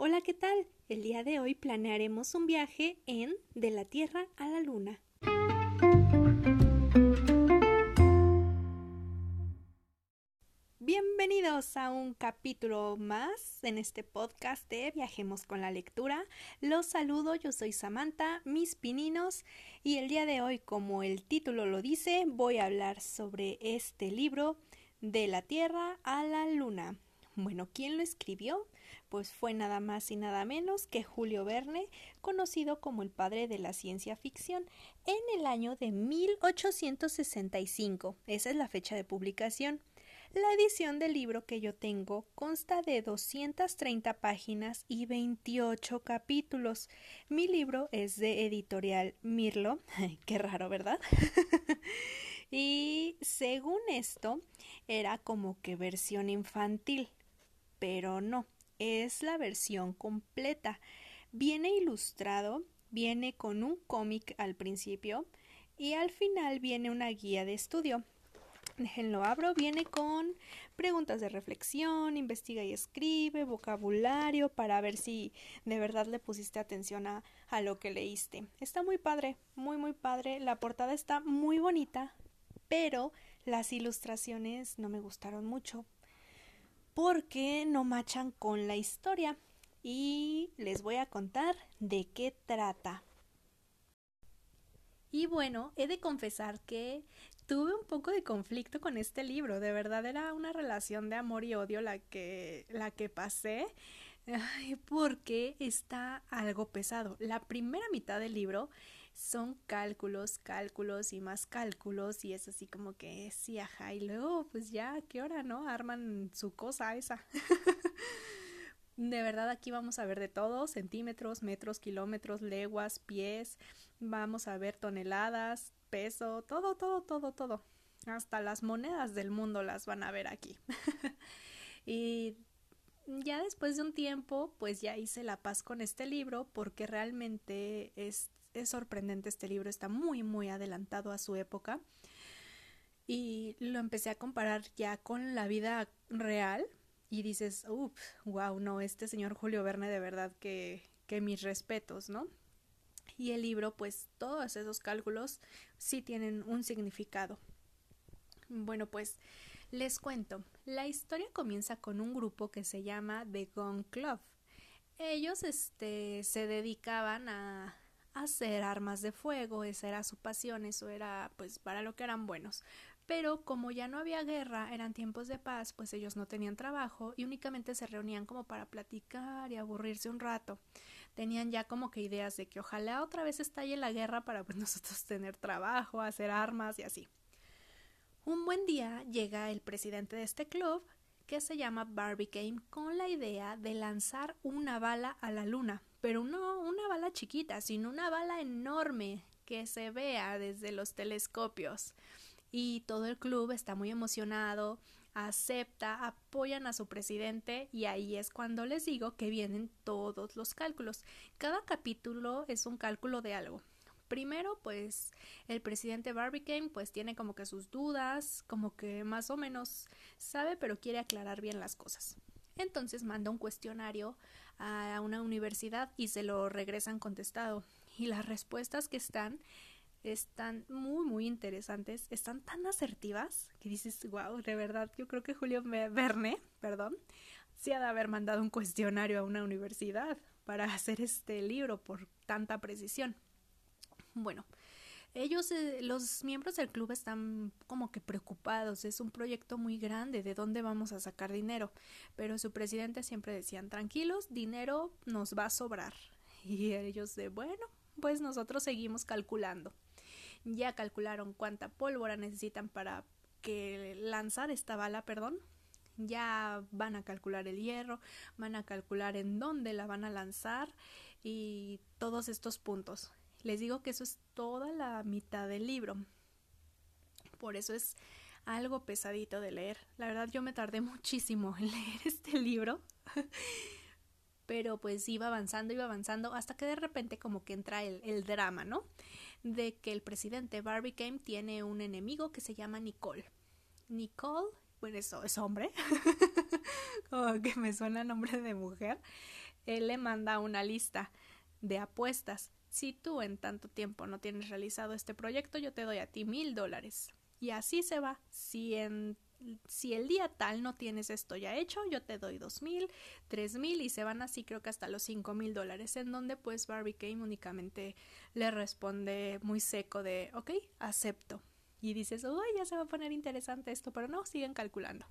Hola, ¿qué tal? El día de hoy planearemos un viaje en De la Tierra a la Luna. Bienvenidos a un capítulo más en este podcast de Viajemos con la Lectura. Los saludo, yo soy Samantha, mis pininos, y el día de hoy, como el título lo dice, voy a hablar sobre este libro, De la Tierra a la Luna. Bueno, ¿quién lo escribió? Pues fue nada más y nada menos que Julio Verne, conocido como el padre de la ciencia ficción, en el año de 1865. Esa es la fecha de publicación. La edición del libro que yo tengo consta de 230 páginas y 28 capítulos. Mi libro es de editorial Mirlo. Qué raro, ¿verdad? Y según esto, era como que versión infantil, pero no, es la versión completa. Viene ilustrado, viene con un cómic al principio y al final viene una guía de estudio. Déjenlo abro, viene con preguntas de reflexión, investiga y escribe, vocabulario para ver si de verdad le pusiste atención a lo que leíste. Está muy padre, muy padre. La portada está muy bonita, pero las ilustraciones no me gustaron mucho porque no machan con la historia. Y les voy a contar de qué trata. Y bueno, he de confesar que tuve un poco de conflicto con este libro. De verdad era una relación de amor y odio la que pasé. Porque está algo pesado. La primera mitad del libro son cálculos y más cálculos, y es así como que sí, ajá, y luego pues ya, ¿qué hora, no? Arman su cosa esa. De verdad, aquí vamos a ver de todo: centímetros, metros, kilómetros, leguas, pies, vamos a ver toneladas, peso, todo. Hasta las monedas del mundo las van a ver aquí. Y ya después de un tiempo, pues ya hice la paz con este libro, porque realmente es sorprendente. Este libro está muy adelantado a su época, y lo empecé a comparar ya con la vida real y dices, wow, no, este señor Julio Verne, de verdad que mis respetos, ¿no? Y el libro, pues todos esos cálculos sí tienen un significado. Bueno, pues les cuento. La historia comienza con un grupo que se llama The Gun Club. Ellos se dedicaban a hacer armas de fuego. Esa era su pasión, eso era pues para lo que eran buenos. Pero como ya no había guerra, eran tiempos de paz, pues ellos no tenían trabajo y únicamente se reunían como para platicar y aburrirse un rato. Tenían ya como que ideas de que ojalá otra vez estalle la guerra para pues nosotros tener trabajo, hacer armas y así. Un buen día llega el presidente de este club, que se llama Barbicane, con la idea de lanzar una bala a la luna, pero no una bala chiquita, sino una bala enorme que se vea desde los telescopios. Y todo el club está muy emocionado, acepta, apoyan a su presidente, y ahí es cuando les digo que vienen todos los cálculos. Cada capítulo es un cálculo de algo. Primero, pues el presidente Barbicane pues tiene como que sus dudas, como que más o menos sabe, pero quiere aclarar bien las cosas. Entonces manda un cuestionario a una universidad y se lo regresan contestado. Y las respuestas que están muy interesantes, están tan asertivas que dices, wow, de verdad, yo creo que Julio Verne, sí ha de haber mandado un cuestionario a una universidad para hacer este libro por tanta precisión. Bueno, ellos, los miembros del club, están como que preocupados. Es un proyecto muy grande, ¿de dónde vamos a sacar dinero? Pero su presidente siempre decían, tranquilos, dinero nos va a sobrar. Y ellos bueno, pues nosotros seguimos calculando. Ya calcularon cuánta pólvora necesitan para que lanzar esta bala, ya van a calcular el hierro, van a calcular en dónde la van a lanzar y todos estos puntos. Les digo que eso es toda la mitad del libro. Por eso es algo pesadito de leer. La verdad, yo me tardé muchísimo en leer este libro. Pero pues iba avanzando hasta que de repente como que entra el drama, ¿no? De que el presidente Barbicane tiene un enemigo que se llama Nicole. Nicole, bueno, eso es hombre. Como que me suena nombre de mujer. él le manda una lista de apuestas. Si tú en tanto tiempo no tienes realizado este proyecto, yo te doy a ti $1,000. Y así se va. Si el día tal no tienes esto ya hecho, yo te doy 2,000, 3,000 y se van así creo que hasta los $5,000, en donde pues Barbicane únicamente le responde muy seco de ok, acepto. Y dices, uy, ya se va a poner interesante esto, pero no, siguen calculando.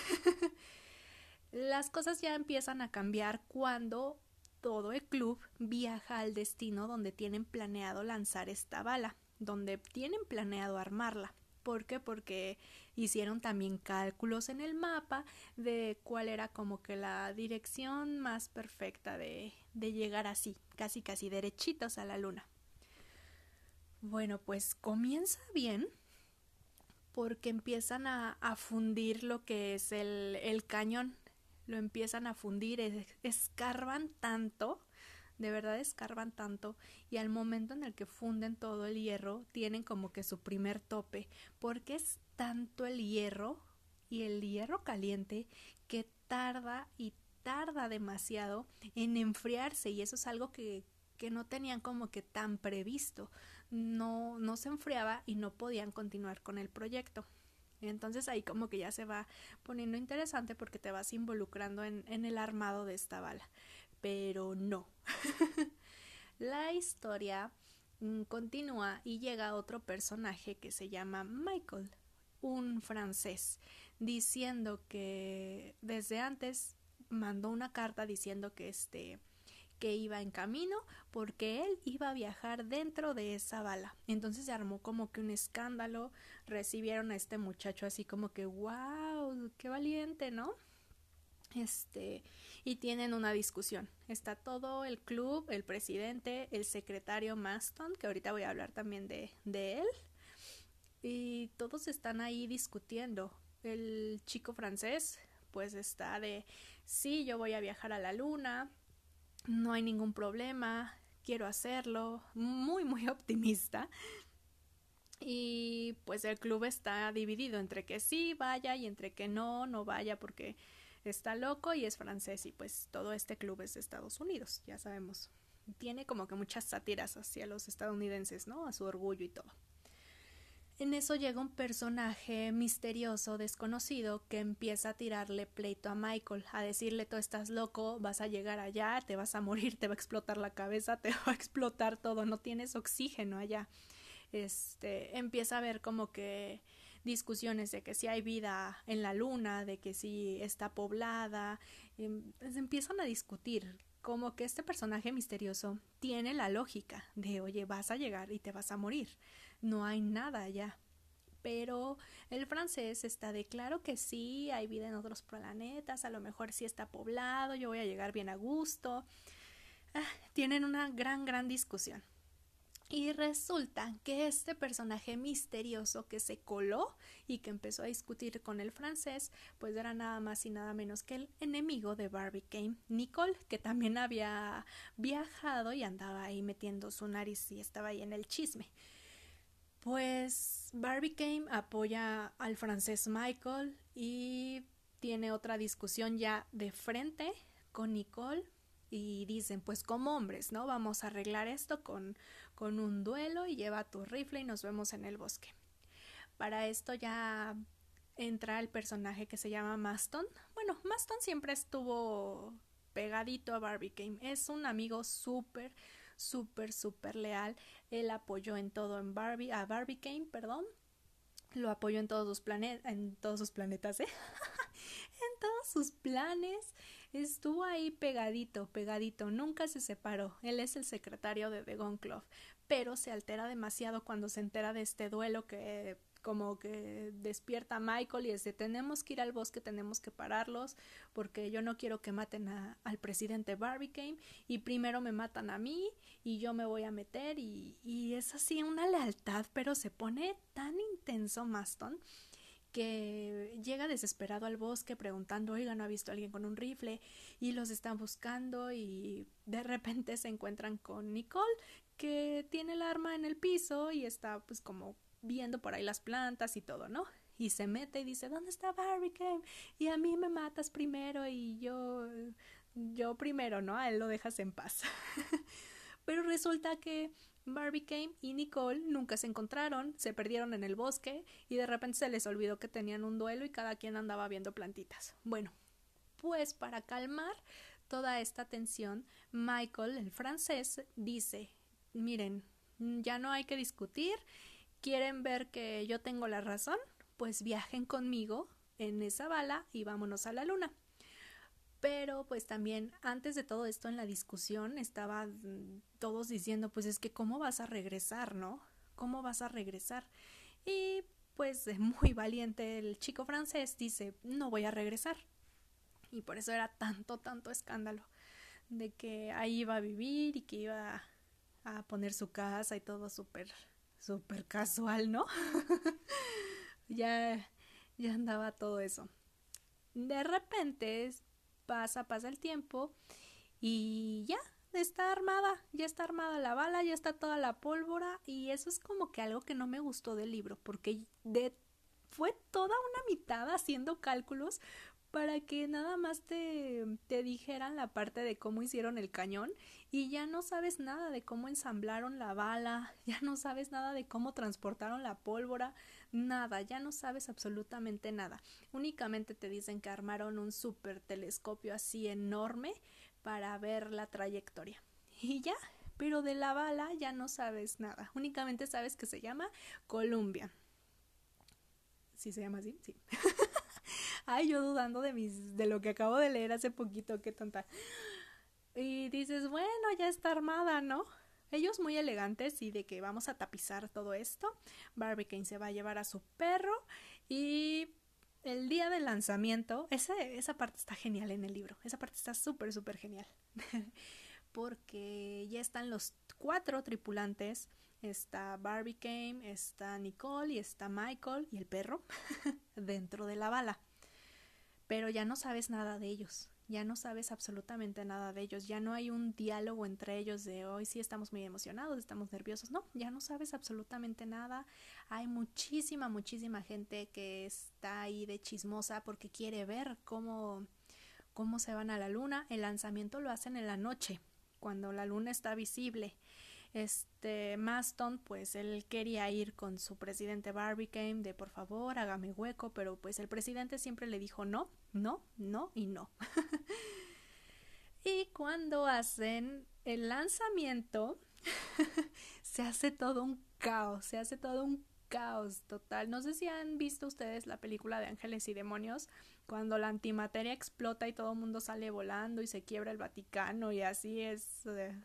Las cosas ya empiezan a cambiar cuando todo el club viaja al destino donde tienen planeado lanzar esta bala, donde tienen planeado armarla. ¿Por qué? Porque hicieron también cálculos en el mapa de cuál era como que la dirección más perfecta de llegar así, casi casi derechitos a la luna. Bueno, pues comienza bien porque empiezan a fundir lo que es el cañón. Lo empiezan a fundir, escarban tanto, de verdad escarban tanto, y al momento en el que funden todo el hierro, tienen como que su primer tope, porque es tanto el hierro y el hierro caliente que tarda y tarda demasiado en enfriarse, y eso es algo que no tenían como que tan previsto. No se enfriaba y no podían continuar con el proyecto. Entonces ahí como que ya se va poniendo interesante porque te vas involucrando en el armado de esta bala. Pero no. La historia continúa y llega otro personaje que se llama Michael, un francés, diciendo que desde antes mandó una carta diciendo que iba en camino porque él iba a viajar dentro de esa bala. Entonces se armó como que un escándalo, recibieron a este muchacho así como que wow, qué valiente, ¿no? Y tienen una discusión. Está todo el club, el presidente, el secretario Maston, que ahorita voy a hablar también de él, y todos están ahí discutiendo. El chico francés pues está de sí, yo voy a viajar a la luna, no hay ningún problema, quiero hacerlo, muy muy optimista. Y pues el club está dividido entre que sí vaya y entre que no vaya porque está loco y es francés, y pues todo este club es de Estados Unidos, ya sabemos. Tiene como que muchas sátiras hacia los estadounidenses, ¿no? A su orgullo y todo. En eso llega un personaje misterioso, desconocido, que empieza a tirarle pleito a Michael, a decirle: tú estás loco, vas a llegar allá, te vas a morir, te va a explotar la cabeza, te va a explotar todo, no tienes oxígeno allá. Empieza a ver como que discusiones de que si hay vida en la luna, de que si está poblada, empiezan a discutir como que este personaje misterioso tiene la lógica de oye, vas a llegar y te vas a morir, no hay nada allá. Pero el francés está de claro que sí, hay vida en otros planetas, a lo mejor sí está poblado, yo voy a llegar bien a gusto. Tienen una gran discusión. Y resulta que este personaje misterioso que se coló y que empezó a discutir con el francés, pues era nada más y nada menos que el enemigo de Barbicane, Nicole, que también había viajado y andaba ahí metiendo su nariz y estaba ahí en el chisme. Pues Barbicane apoya al francés Michael y tiene otra discusión ya de frente con Nicole. Y dicen, pues como hombres, ¿no? Vamos a arreglar esto con un duelo y lleva tu rifle y nos vemos en el bosque. Para esto ya entra el personaje que se llama Maston. Bueno, Maston siempre estuvo pegadito a Barbicane. Es un amigo súper leal. Él apoyó en todo a Barbicane, perdón. Lo apoyó en todos sus planetas, en todos sus planetas, en todos sus planes. Estuvo ahí pegadito, nunca se separó. Él es el secretario de The Gun Club, pero se altera demasiado cuando se entera de este duelo que como que despierta a Michael y dice: tenemos que ir al bosque, tenemos que pararlos porque yo no quiero que maten al presidente Barbicane y primero me matan a mí y yo me voy a meter, y es así una lealtad, pero se pone tan intenso Maston que llega desesperado al bosque preguntando: oiga, ¿no ha visto a alguien con un rifle? Y los están buscando y de repente se encuentran con Nicole, que tiene el arma en el piso y está pues como viendo por ahí las plantas y todo, ¿no? Y se mete y dice: ¿dónde está Barbicane? Y a mí me matas primero y yo yo primero, ¿no? A él lo dejas en paz. Pero resulta que Barbicane y Nicole nunca se encontraron, se perdieron en el bosque y de repente se les olvidó que tenían un duelo y cada quien andaba viendo plantitas. Bueno, pues para calmar toda esta tensión, Michael, el francés, dice, miren, ya no hay que discutir, quieren ver que yo tengo la razón, pues viajen conmigo en esa bala y vámonos a la luna. Pero pues también antes de todo esto en la discusión estaban todos diciendo pues es que cómo vas a regresar, ¿no? ¿Cómo vas a regresar? Y pues muy valiente el chico francés dice no voy a regresar. Y por eso era tanto escándalo de que ahí iba a vivir y que iba a poner su casa y todo súper casual, ¿no? ya, ya andaba todo eso. De repente pasa el tiempo y ya está armada la bala, ya está toda la pólvora y eso es como que algo que no me gustó del libro porque fue toda una mitad haciendo cálculos para que nada más te dijeran la parte de cómo hicieron el cañón y ya no sabes nada de cómo ensamblaron la bala, ya no sabes nada de cómo transportaron la pólvora, nada, ya no sabes absolutamente nada. Únicamente te dicen que armaron un super telescopio así enorme para ver la trayectoria. Y ya, pero de la bala ya no sabes nada, únicamente sabes que se llama Columbia. ¿Sí se llama así? Sí. Ay, yo dudando de lo que acabo de leer hace poquito, qué tonta. Y dices, bueno, ya está armada, ¿no? Ellos muy elegantes y de que vamos a tapizar todo esto. Barbicane se va a llevar a su perro y el día del lanzamiento, esa parte está genial en el libro, esa parte está súper genial. Porque ya están los 4 tripulantes, está Barbicane, está Nicole y está Michael y el perro dentro de la bala. Pero ya no sabes nada de ellos, ya no sabes absolutamente nada de ellos, ya no hay un diálogo entre ellos de hoy sí estamos muy emocionados, estamos nerviosos, no, ya no sabes absolutamente nada, hay muchísima gente que está ahí de chismosa porque quiere ver cómo se van a la luna, el lanzamiento lo hacen en la noche, cuando la luna está visible. Maston pues él quería ir con su presidente Barbicane de por favor hágame hueco, pero pues el presidente siempre le dijo no y no. Y cuando hacen el lanzamiento se hace todo un caos total. No sé si han visto ustedes la película de Ángeles y Demonios, cuando la antimateria explota y todo el mundo sale volando y se quiebra el Vaticano y así es.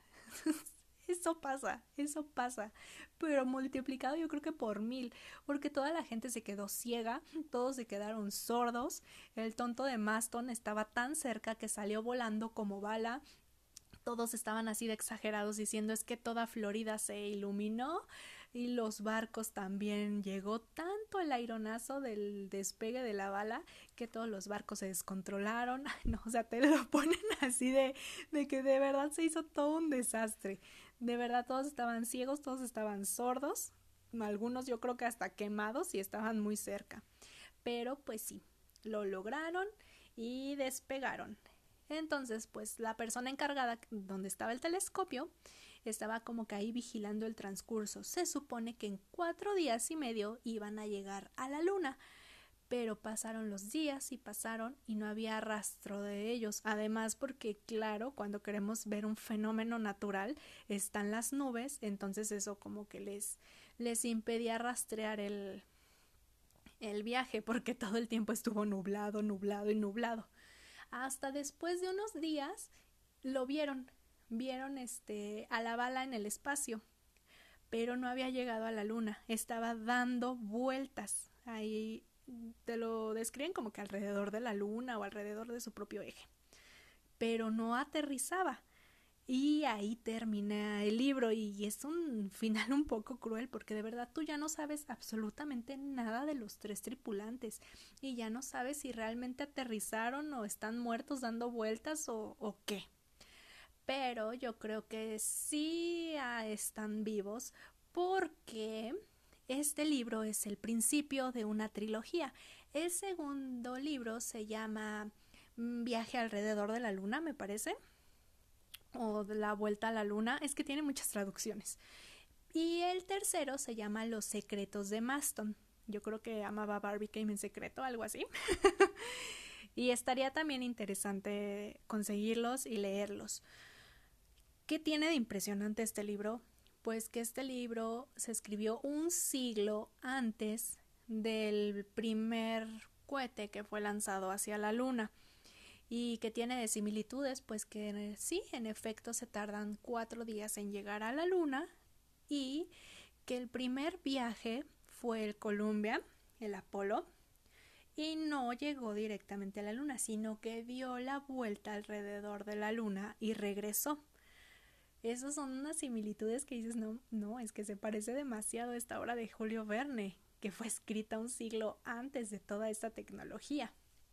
Eso pasa, pero multiplicado yo creo que por 1000, porque toda la gente se quedó ciega, todos se quedaron sordos, el tonto de Maston estaba tan cerca que salió volando como bala, todos estaban así de exagerados diciendo es que toda Florida se iluminó y los barcos también, llegó tanto el aironazo del despegue de la bala que todos los barcos se descontrolaron. No, o sea, te lo ponen así de que de verdad se hizo todo un desastre, de verdad todos estaban ciegos, todos estaban sordos, algunos yo creo que hasta quemados y estaban muy cerca, pero pues sí, lo lograron y despegaron. Entonces, pues la persona encargada donde estaba el telescopio estaba como que ahí vigilando el transcurso. Se supone que en 4 días y medio iban a llegar a la luna, pero pasaron los días y no había rastro de ellos. Además, porque claro, cuando queremos ver un fenómeno natural están las nubes, entonces eso como que les impedía rastrear el viaje porque todo el tiempo estuvo nublado y nublado. Hasta después de unos días lo vieron a la bala en el espacio, pero no había llegado a la luna, estaba dando vueltas, ahí te lo describen como que alrededor de la luna o alrededor de su propio eje, pero no aterrizaba. Y ahí termina el libro y es un final un poco cruel porque de verdad tú ya no sabes absolutamente nada de los 3 tripulantes y ya no sabes si realmente aterrizaron o están muertos dando vueltas o qué. Pero yo creo que sí están vivos porque este libro es el principio de una trilogía. El segundo libro se llama viaje alrededor de la luna, me parece, o de la vuelta a la luna, es que tiene muchas traducciones. Y el tercero se llama Los secretos de Maston. Yo creo que amaba Barbicane en secreto, algo así. Y estaría también interesante conseguirlos y leerlos. ¿Qué tiene de impresionante este libro? Pues que este libro se escribió un siglo antes del primer cohete que fue lanzado hacia la luna. Y que tiene de similitudes, pues que sí, en efecto se tardan 4 días en llegar a la luna, y que el primer viaje fue el Columbia, el Apolo, y no llegó directamente a la luna, sino que dio la vuelta alrededor de la luna y regresó. Esas son unas similitudes que dices, no, es que se parece demasiado a esta obra de Julio Verne, que fue escrita un siglo antes de toda esta tecnología.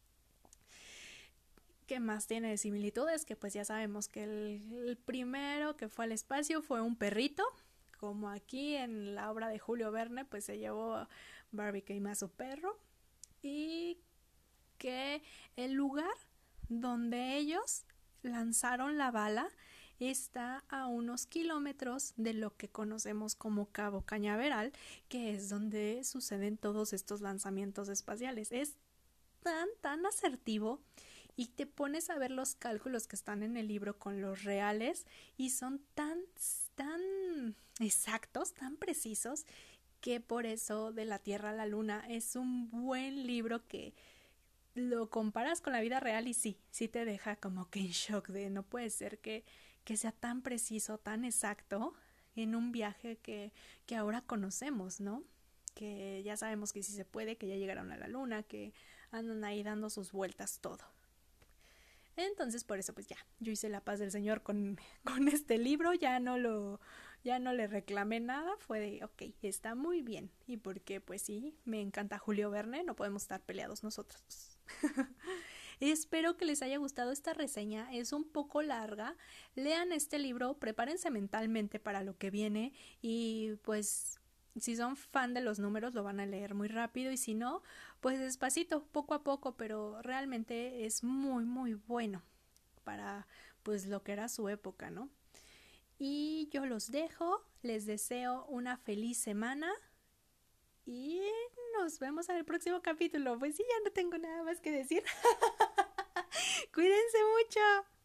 ¿Qué más tiene de similitudes? Que pues ya sabemos que el primero que fue al espacio fue un perrito, como aquí en la obra de Julio Verne, pues se llevó Barbicane a su perro, y que el lugar donde ellos lanzaron la bala está a unos kilómetros de lo que conocemos como Cabo Cañaveral, que es donde suceden todos estos lanzamientos espaciales. Es tan asertivo, y te pones a ver los cálculos que están en el libro con los reales y son tan exactos, tan precisos, que por eso De la Tierra a la Luna es un buen libro que lo comparas con la vida real y sí te deja como que en shock de no puede ser que sea tan preciso, tan exacto en un viaje que ahora conocemos, ¿no? Que ya sabemos que sí se puede, que ya llegaron a la luna, que andan ahí dando sus vueltas todo. Entonces por eso pues ya, yo hice la paz del Señor con este libro, ya no le reclamé nada, fue de ok, está muy bien, y porque pues sí, me encanta Julio Verne, no podemos estar peleados nosotros. Espero que les haya gustado esta reseña, es un poco larga, lean este libro, prepárense mentalmente para lo que viene, y pues si son fan de los números lo van a leer muy rápido, y si no, pues despacito, poco a poco, pero realmente es muy bueno para pues lo que era su época, ¿no? Y yo los dejo, les deseo una feliz semana y nos vemos en el próximo capítulo. Pues sí, ya no tengo nada más que decir. Cuídense mucho.